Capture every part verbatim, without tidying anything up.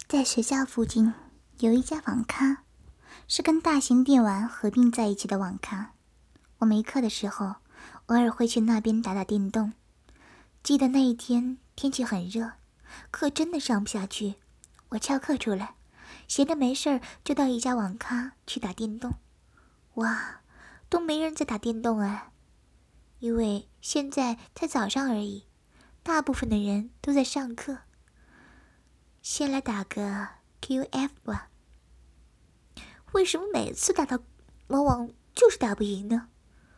在学校附近有一家网咖，是跟大型电玩合并在一起的网咖。我没课的时候，偶尔会去那边打打电动。记得那一天天气很热，课真的上不下去，我翘课出来，闲着没事儿就到一家网咖去打电动。哇，都没人在打电动哎，因为现在才早上而已，大部分的人都在上课。先来打个 Q F 吧。为什么每次打到魔王就是打不赢呢？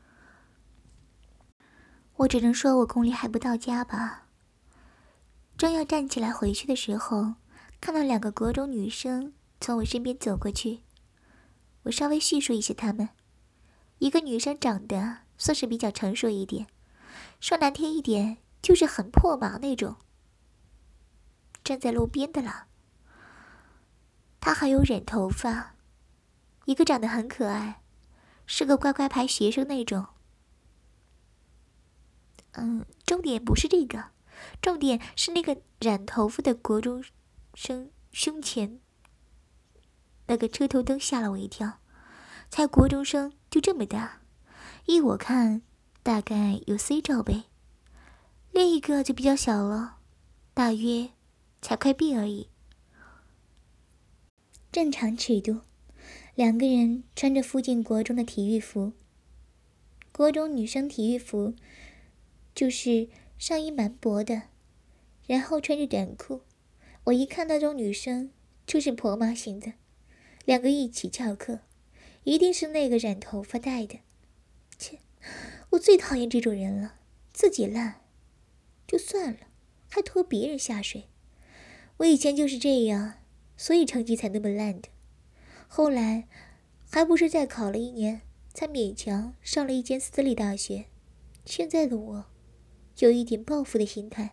我只能说我功力还不到家吧。正要站起来回去的时候，看到两个国中女生从我身边走过去。我稍微叙述一下她们。一个女生长得算是比较成熟一点，说难听一点就是很破麻那种，站在路边的啦。她还有染头发。一个长得很可爱，是个乖乖牌学生那种。嗯，重点不是这个，重点是那个染头发的国中生胸前那个车头灯吓了我一跳。才国中生就这么大，依我看大概有 C 罩杯。另一个就比较小了，大约才快 B 而已，正常尺度。两个人穿着附近国中的体育服，国中女生体育服就是上衣蛮薄的，然后穿着短裤。我一看那种女生就是婆妈型的，两个一起翘课，一定是那个染头发带的。切，我最讨厌这种人了，自己烂就算了，还拖别人下水。我以前就是这样，所以成绩才那么烂的。后来还不是再考了一年，才勉强上了一间私立大学。现在的我有一点报复的心态。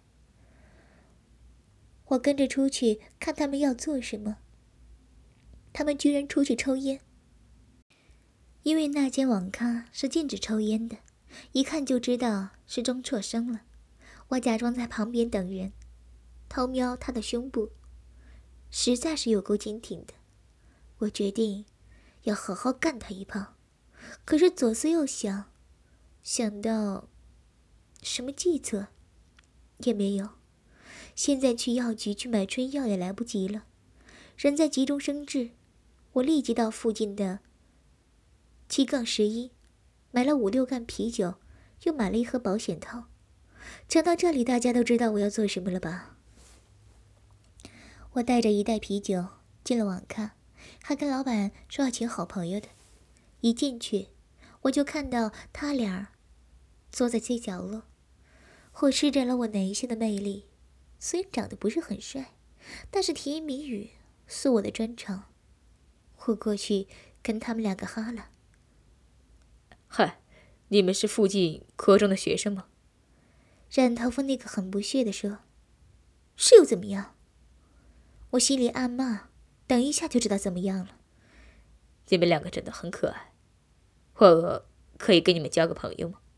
我跟着出去看他们要做什么，他们居然出去抽烟。因为那间网咖是禁止抽烟的，一看就知道是中辍生了。我假装在旁边等人，偷瞄他的胸部，实在是有够坚挺的。我决定要好好干他一炮，可是左思右想，想到什么计策也没有。现在去药局去买春药也来不及了，人在急中生智，我立即到附近的七杠十一买了五六罐啤酒，又买了一盒保险套。讲到这里，大家都知道我要做什么了吧？我带着一袋啤酒进了网咖，还跟老板说要请好朋友的。一进去，我就看到他俩坐在最角落，或施展了我男性的魅力。虽然长得不是很帅，但是甜言蜜语是我的专长。我过去跟他们两个哈了。 嗨，你们是附近科中的学生吗？ 染头发那个很不屑地说。是又怎么样？我心里暗骂，等一下就知道怎么样了。 你们两个真的很可爱，我可以跟你们交个朋友吗？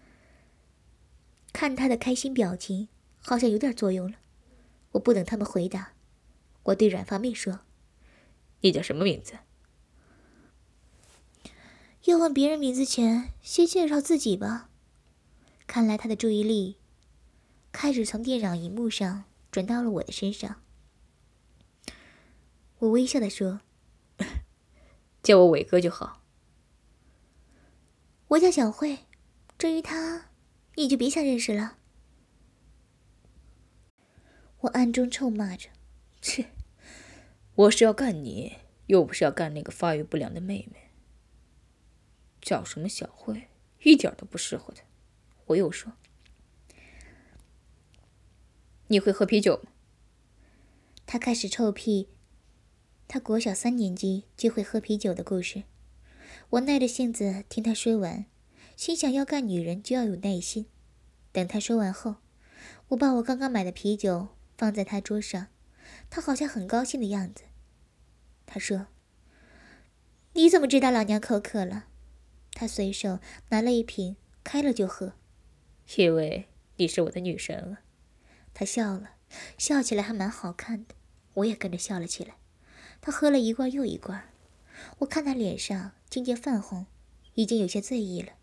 看他的开心表情，好像有点作用了。我不等他们回答，我对软发妹说：“ 你叫什么名字？” 要问别人名字前，先介绍自己吧。看来他的注意力开始从电脑荧幕上转到了我的身上。我微笑地说：“ 叫我伟哥就好。” 我叫小慧，至于他，你就别想认识了。我暗中臭骂着：“ 切，我是要干你，又不是要干那个发育不良的妹妹。叫什么小慧，一点都不适合她。”我又说：“你会喝啤酒吗？” 他开始臭屁他国小三年级就会喝啤酒的故事。我耐着性子听他说完，心想要干女人就要有耐心。等他说完后，我把我刚刚买的啤酒放在他桌上，他好像很高兴的样子。他说：“你怎么知道老娘口渴了？”他随手拿了一瓶，开了就喝。 “因为你是我的女神啊。” 他笑了，笑起来还蛮好看的。 我也跟着笑了起来。他喝了一罐又一罐，我看他脸上渐渐泛红，已经有些醉意了。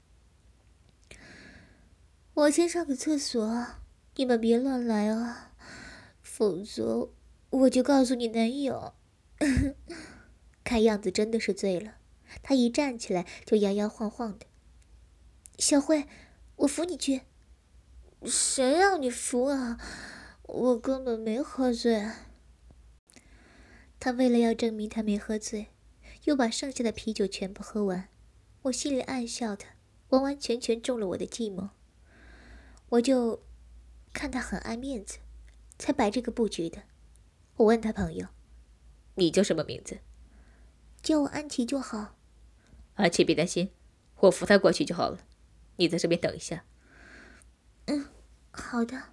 我先上个厕所，你们别乱来啊，否则我就告诉你男友。看样子真的是醉了，他一站起来就摇摇晃晃的。小慧，我扶你去。谁让你扶啊？我根本没喝醉。他为了要证明他没喝醉，又把剩下的啤酒全部喝完。我心里暗笑他，完完全全中了我的计谋。我就看他很爱面子，才摆这个布局的。我问他朋友：“ 你叫什么名字？”“ 叫我安琪就好。”“ 安琪，别担心，我扶他过去就好了。你在这边等一下。”“ 嗯，好的。”“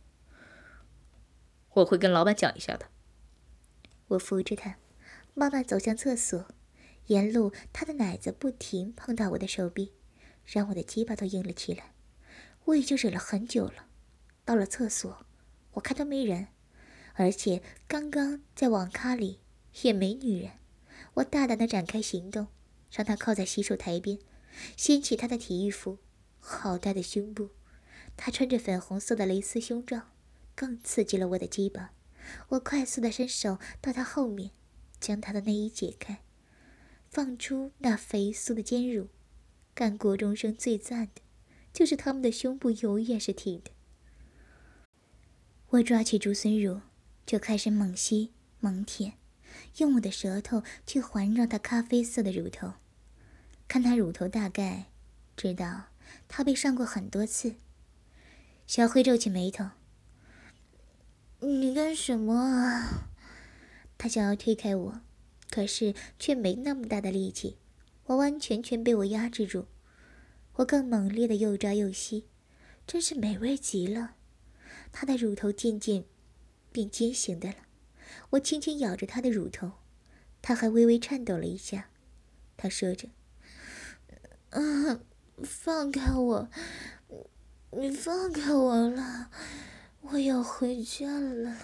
我会跟老板讲一下的。” 我扶着他，慢慢走向厕所。沿路，他的奶子不停碰到我的手臂，让我的鸡巴都硬了起来。我已经忍了很久了。到了厕所，我看都没人，而且刚刚在网咖里也没女人。我大胆地展开行动，让他靠在洗手台边，掀起他的体育服。好大的胸部！他穿着粉红色的蕾丝胸罩，更刺激了我的鸡巴。我快速地伸手到他后面，将他的内衣解开，放出那肥酥的肩乳。干国中生最赞的就是他们的胸部永远是挺的。我抓起竹笋乳就开始猛吸猛舔，用我的舌头去环绕他咖啡色的乳头。看他乳头大概知道他被上过很多次。小辉皱起眉头：“你干什么啊？”他想要推开我，可是却没那么大的力气，完完全全被我压制住。我更猛烈的又抓又吸，真是美味极了。他的乳头渐渐变尖形的了，我轻轻咬着他的乳头，他还微微颤抖了一下。他说着：“啊，放开我，你放开我了，我要回家了。”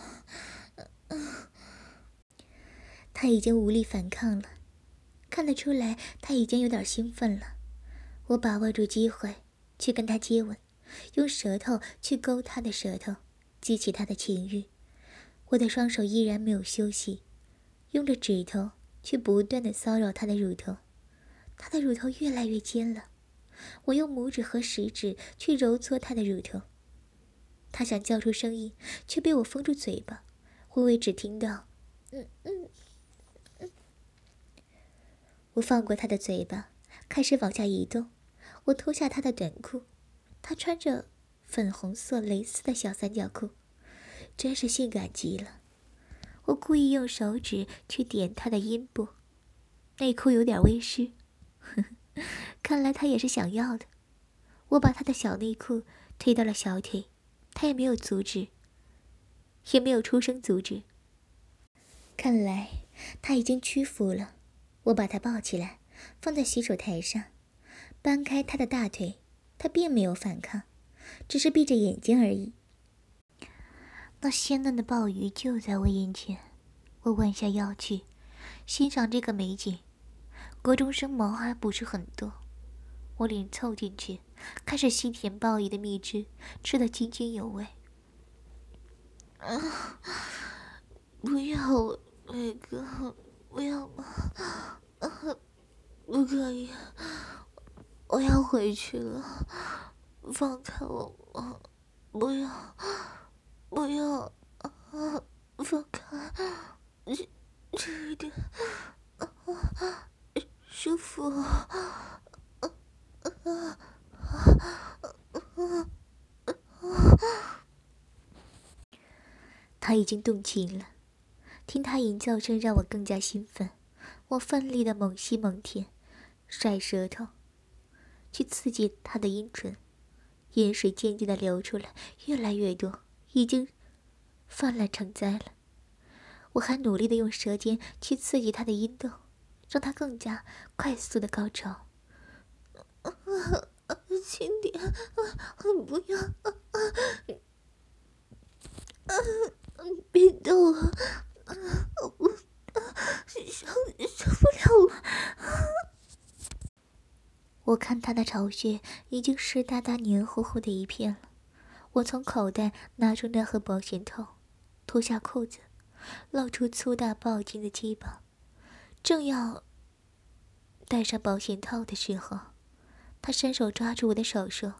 他已经无力反抗了，看得出来他已经有点兴奋了。我把握住机会去跟他接吻，用舌头去勾他的舌头，激起他的情欲。我的双手依然没有休息，用着指头去不断地骚扰他的乳头。他的乳头越来越尖了，我用拇指和食指去揉搓他的乳头。他想叫出声音，却被我封住嘴巴，微微只听到嗯嗯嗯。我放过他的嘴巴，开始往下移动。我脱下他的短裤，他穿着粉红色蕾丝的小三角裤，真是性感极了。我故意用手指去点他的阴部，内裤有点微湿，呵呵，看来他也是想要的。我把他的小内裤推到了小腿，他也没有阻止，也没有出声阻止。看来他已经屈服了。我把他抱起来，放在洗手台上，搬开他的大腿。他并没有反抗，只是闭着眼睛而已。那鲜嫩的鲍鱼就在我眼前，我弯下腰去欣赏这个美景。国中生毛还不是很多，我脸凑进去，开始吸舔鲍鱼的蜜汁，吃得津津有味。啊！不要，伟哥，不要嘛！啊，不可以，我要回去了，放开我吧！不要，不要，啊，放开，这这一点，啊，舒服，啊啊啊啊啊！他已经动情了，听他吟叫声让我更加兴奋。我奋力的猛吸猛舔，甩舌头去刺激他的阴唇，盐水渐渐的流出来，越来越多，已经泛滥成灾了。我还努力的用舌尖去刺激他的阴道，让他更加快速的高潮。啊啊，轻点，啊，不要，啊啊啊别动了，我受受不了了。我看他的巢穴已经湿哒哒、黏糊糊的一片了。我从口袋拿出那盒保险套，脱下裤子，露出粗大暴劲的鸡巴。正要戴上保险套的时候，他伸手抓住我的手说：“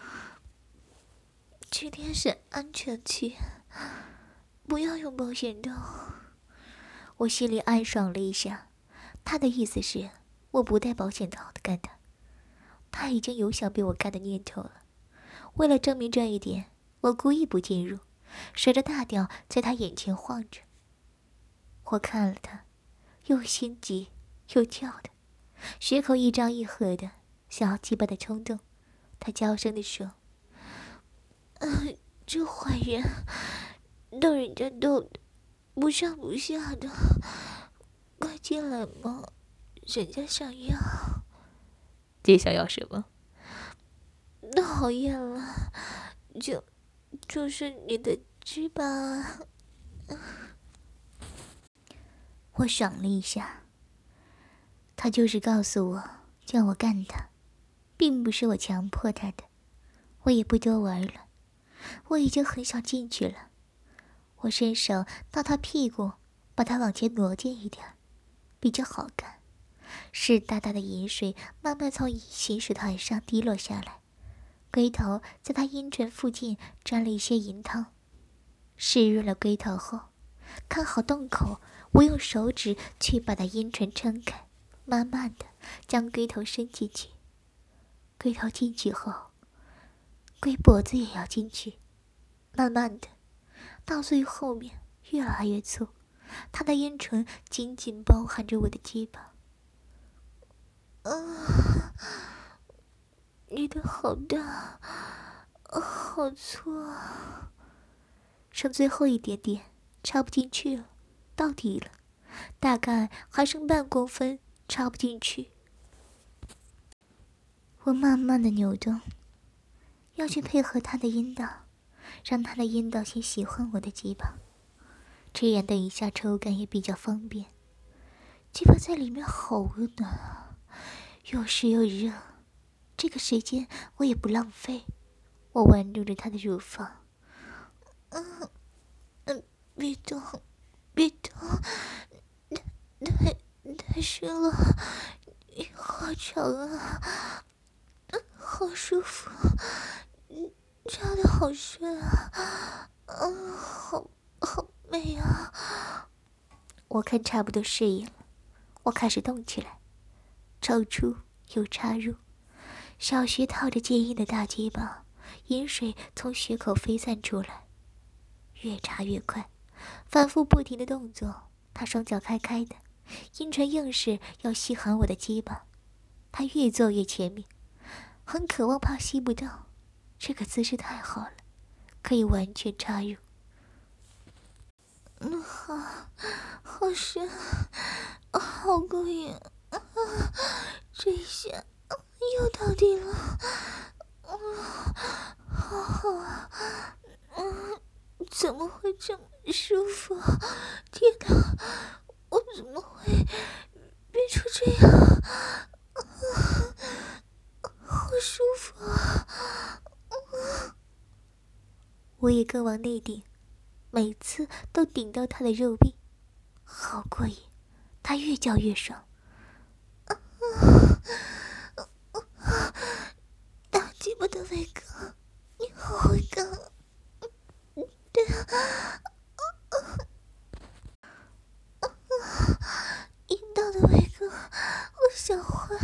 今天是安全期，不要用保险套。”我心里暗爽了一下，他的意思是我不戴保险套的干他。他已经有想被我干的念头了。为了证明这一点，我故意不进入，甩着大吊在他眼前晃着。我看了他，又心急又跳的，血口一张一合的，想要鸡巴的冲动。他娇声地说：“呃，这坏人，逗人家逗的，不上不下的，快进来嘛，人家想要。” 姐想要什么？ 讨厌了，就就是你的鸡巴。我爽了一下，他就是告诉我叫我干他，并不是我强迫他的。我也不多玩了，我已经很想进去了。我伸手到他屁股，把他往前挪进一点，比较好干。湿哒哒的饮水慢慢从洗手台上滴落下来，龟头在他阴唇附近沾了一些银汤。湿润了龟头后，看好洞口，我用手指去把他阴唇撑开，慢慢的将龟头伸进去。龟头进去后，龟脖子也要进去，慢慢的，到最后面越来越粗，他的阴唇紧紧包含着我的鸡巴。啊，你的好大，好粗啊！剩最后一点点，插不进去了，到底了，大概还剩半公分，插不进去。我慢慢的扭动，要去配合他的阴道，让他的阴道先喜欢我的鸡巴，这样等一下抽感也比较方便。鸡巴在里面好暖啊，又湿又热，这个时间我也不浪费。我玩弄着他的乳房，嗯嗯，别动，别动，太太湿了，好长啊，好舒服，插的好深啊，嗯，好好美啊！我看差不多适应了，我开始动起来，抽出又插入，小穴套着坚硬的大鸡巴，饮水从穴口飞散出来，越插越快，反复不停的动作。他双脚开开的，阴唇硬是要吸含我的鸡巴，他越做越前面，很渴望怕吸不到，这个姿势太好了，可以完全插入。嗯，好，好深，好过瘾啊！这一下又到底了，嗯，好好啊，嗯，怎么会这么舒服？天哪，我怎么会变成这样？啊，好舒服啊！嗯，我也更往内顶，每次都顶到他的肉壁，好过瘾，他越叫越爽。啊啊啊！大鸡巴的伟哥，你好会干啊！对啊，阴道的伟哥，我想换。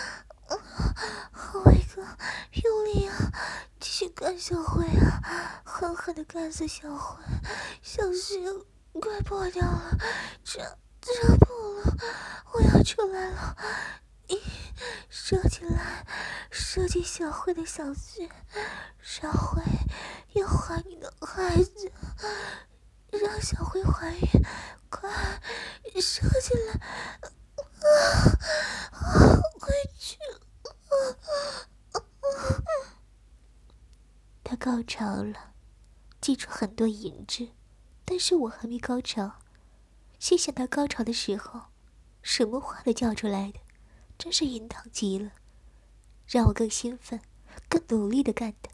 好伟哥，用力啊！继续干小慧啊！狠狠的干死小慧，小心快破掉了，这这破了，我要出来了！一射进来，射进小慧的小穴，小慧要怀你的孩子，让小慧怀孕，快射进来！啊啊！快去！啊啊啊！他高潮了，挤出很多银汁， 但是我还没高潮，心想到高潮的时候，什么话都叫出来的，真是淫荡极了，让我更兴奋，更努力的干的。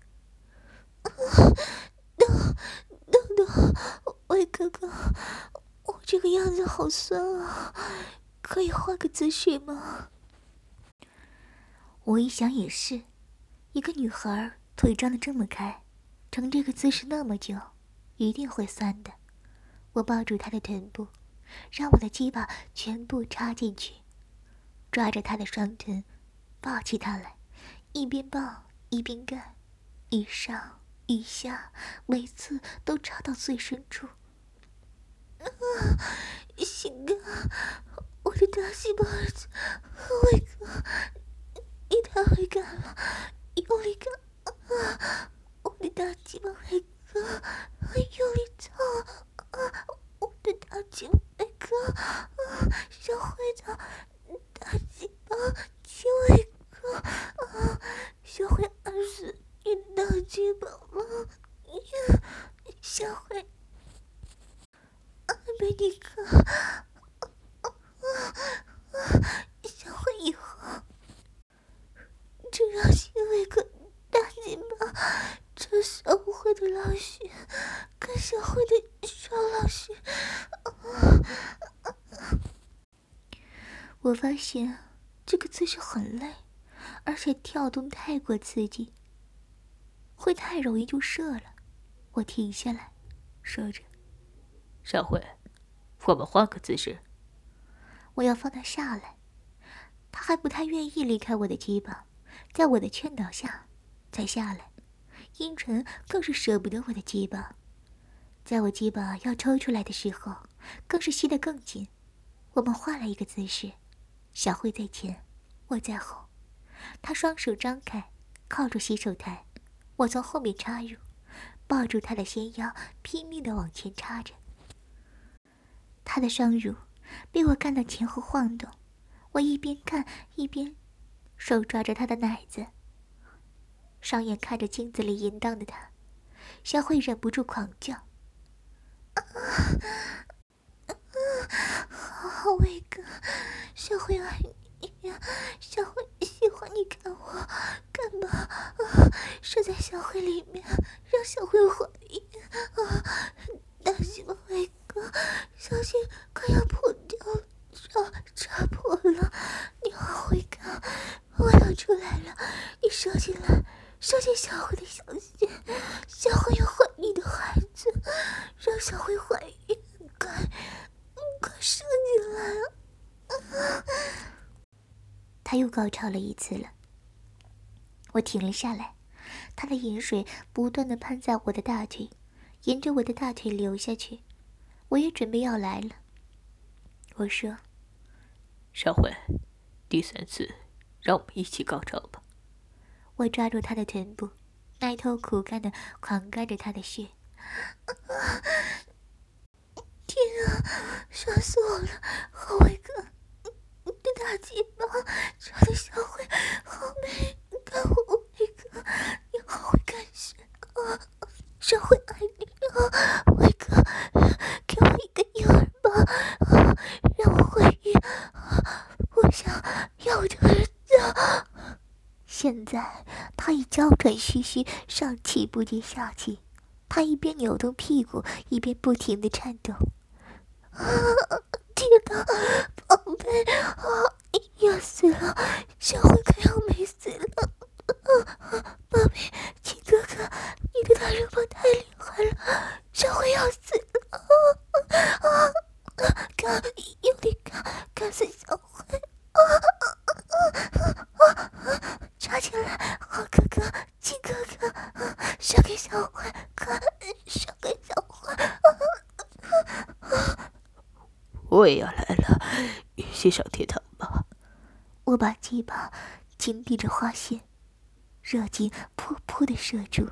豆豆豆，喂哥哥，我这个样子好酸啊，可以换个姿势吗？我一想也是，一个女孩腿张得这么开，成这个姿势那么久，一定会酸的。我抱住她的臀部，让我的鸡巴全部插进去，抓着她的双臀，抱起她来，一边抱一边干，一上一下，每次都插到最深处。啊，行哥，我的大细胞子，伟哥，你太会干了，用力干啊！我的大鸡巴伟哥，用力操啊！我的大鸡巴伟哥，啊，小辉的大鸡巴鸡伟哥啊！小辉二死，你的大鸡巴吗？小辉，啊，被你哥，啊啊啊！小辉以后。只要小辉跟大鸡巴，这小辉的老许跟小辉的小老许，我发现这个姿势很累，而且跳动太过刺激，会太容易就射了。我停下来，说着：“ 小辉，我们换个姿势。” 我要放他下来，他还不太愿意离开我的鸡巴。在我的劝导下才下来，阴沉更是舍不得我的鸡巴，在我鸡巴要抽出来的时候更是吸得更紧。我们换了一个姿势，小慧在前，我在后，他双手张开靠住洗手台，我从后面插入，抱住他的纤腰，拼命地往前插着。他的双乳被我干得前后晃动，我一边干一边手抓着他的奶子，双眼看着镜子里淫荡的他，小慧忍不住狂叫：“啊啊！好好伟哥，小慧爱你呀，小慧喜欢你干我，干吧啊！射在小慧里面，让小慧怀孕啊！大喜欢伟哥，小心快要破掉了，插插破了，你好会干！”我要出来了，你射进来，射进小慧的小穴，小慧要怀你的孩子，让小慧怀孕，快，快射进来啊！他又高潮了一次了，我停了下来，他的饮水不断地喷在我的大腿，沿着我的大腿流下去，我也准备要来了。我说：“ 小慧，第三次。”让我们一起高潮吧！ 我抓住他的臀部，奶头苦干的狂干着他的血。啊！天啊，杀死我了！好伟哥，你的大鸡巴抓的小慧好美，干我伟哥，你好会干事啊！小慧爱你啊，伟哥，给我一个婴儿吧，啊，让我怀孕，啊，我想要我的儿子。现在他已娇喘吁吁，上气不接下气。他一边扭动屁股，一边不停地颤抖。啊！天哪，宝贝啊，要死了！小慧快要没死了！啊，宝贝，亲哥哥，你的大肉棒太厉害了，小慧要死了！啊啊啊！干，用力干，干死小慧！啊啊啊啊！插进来，好哥哥，亲哥哥，射给小慧，快射给小慧！ 我也要来了，一起上天堂吧！ 我把鸡巴紧抵着花线，热精噗噗的射出。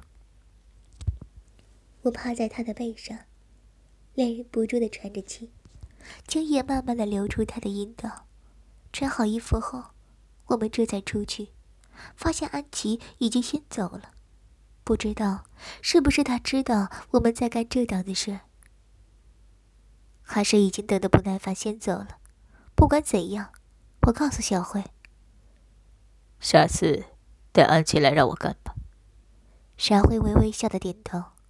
我趴在他的背上，两人不住的喘着气，精液慢慢的流出他的阴道。穿好衣服后，我们这才出去，发现安琪已经先走了。不知道是不是他知道我们在干这档子事， 还是已经等得不耐烦先走了。不管怎样，我告诉小慧， 下次带安琪来让我干吧。 小慧微微笑的点头。